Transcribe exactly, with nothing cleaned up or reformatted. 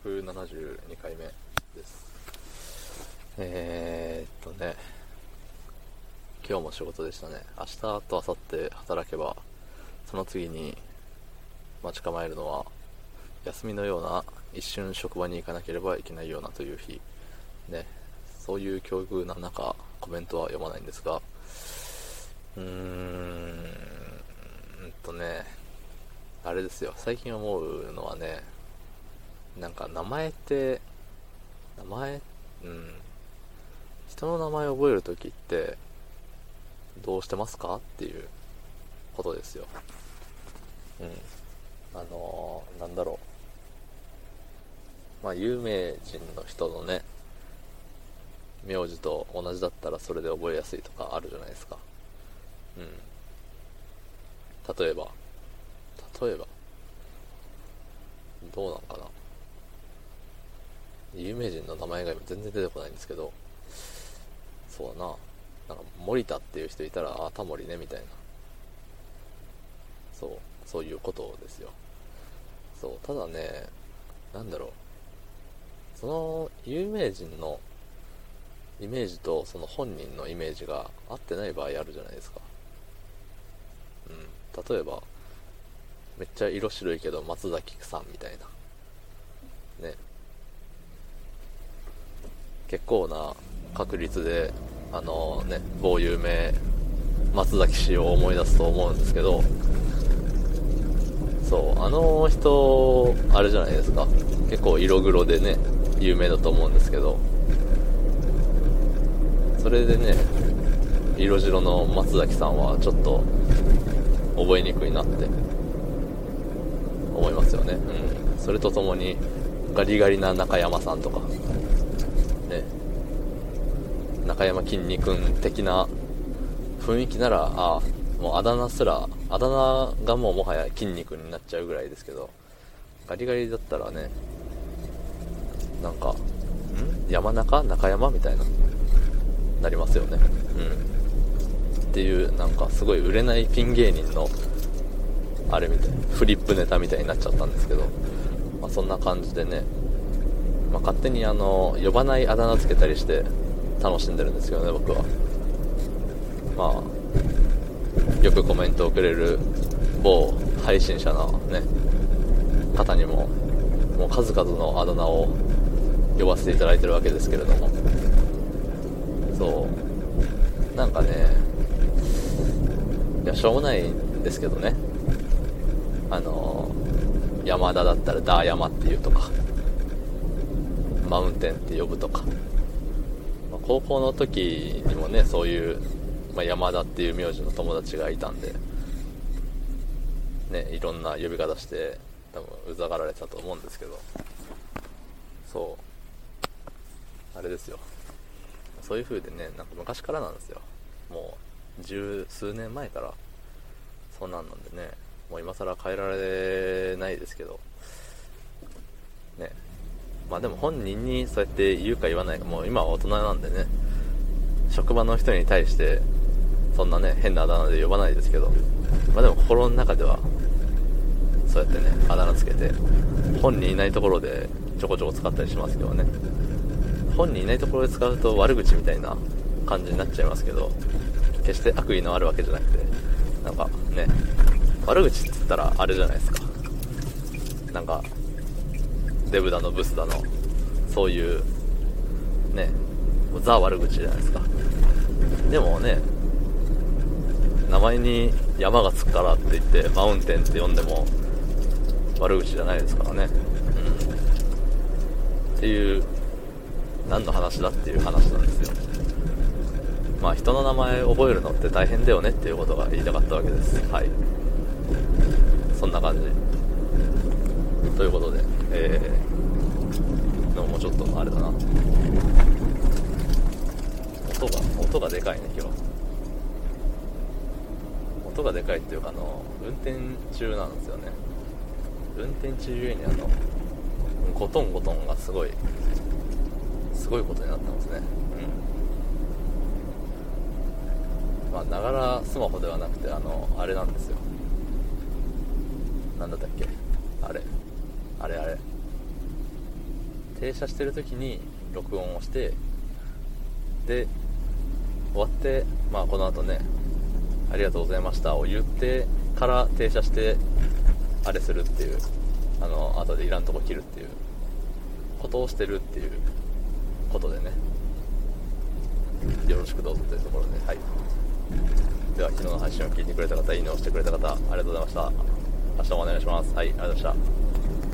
ひゃくななじゅうにかいめです。えーっとね今日も仕事でしたね。明日と明後日働けば、その次に待ち構えるのは休みのような、一瞬職場に行かなければいけないようなという日ね。そういう境遇な中コメントは読まないんですが、うーんとねあれですよ、最近思うのはね、なんか名前って名前うん人の名前を覚えるときってどうしてますかっていうことですよ。うんあのー、なんだろう、まあ有名人の人のね名字と同じだったらそれで覚えやすいとかあるじゃないですか。うん例えば例えばどうなんかな、有名人の名前が今全然出てこないんですけど、そうだな、なんか森田っていう人いたら、ああタモリねみたいな、そうそういうことですよ。そうただね、なんだろう、その有名人のイメージとその本人のイメージが合ってない場合あるじゃないですか。うん例えばめっちゃ色白いけど松崎さんみたいなね、結構な確率であのね某有名松崎氏を思い出すと思うんですけど、そうあの人あれじゃないですか、結構色黒でね有名だと思うんですけど、それでね色白の松崎さんはちょっと覚えにくいなって思いますよね。うんそれとともにガリガリな中山さんとかね、中山きんに君的な雰囲気なら、あもうあだ名すらあだ名がもうもはや筋肉になっちゃうぐらいですけど、ガリガリだったらね、なんかん山中中山みたいななりますよね。うんっていう、なんかすごい売れないピン芸人のあれみたいなフリップネタみたいになっちゃったんですけど、まあ、そんな感じでね、まあ、勝手にあの呼ばないあだ名つけたりして楽しんでるんですけどね、僕は。まあよくコメントをくれる某配信者のね方にももう数々のあだ名を呼ばせていただいてるわけですけれども、そうなんかね、いやしょうもないんですけどね、あの山田だったらダーヤマっていうとか、マウンテンって呼ぶとか、まあ、高校の時にもねそういう、まあ、山田っていう名字の友達がいたんでね、いろんな呼び方して多分うざがられてたと思うんですけど、そうあれですよ、そういう風でね、なんか昔からなんですよ、もう十数年前からそんなんなんでね、もう今更変えられないですけどね。まあでも本人にそうやって言うか言わないか、もう今は大人なんでね、職場の人に対してそんなね変なあだ名で呼ばないですけど、まあでも心の中ではそうやってねあだ名つけて、本人いないところでちょこちょこ使ったりしますけどね。本人いないところで使うと悪口みたいな感じになっちゃいますけど、決して悪意のあるわけじゃなくて、なんかね悪口って言ったらあれじゃないですか、なんかデブだのブスだのそういうねザ悪口じゃないですか。でもね名前に山がつくからって言ってマウンテンって呼んでも悪口じゃないですからね、うん、っていう何の話だっていう話なんですよ。まあ人の名前覚えるのって大変だよねっていうことが言いたかったわけです。はい、そんな感じということで、えー、でももうちょっとあれだな、音が音がでかいね今日。音がでかいっていうか、あの運転中なんですよね。運転中ゆえにあのゴトンゴトンがすごいすごいことになってますね。うんまあながらスマホではなくて、あのあれなんですよ、なんだったっけ、あれあれあれ停車してる時に録音をして、で終わって、まあこの後ねありがとうございましたを言ってから停車してあれするっていう、あの後でいらんとこ切るっていうことをしてるっていうことでね、よろしくどうぞというところで、はい。では昨日の配信を聞いてくれた方、いいねを押してくれた方、ありがとうございました。明日もお願いします。はい、ありがとうございました。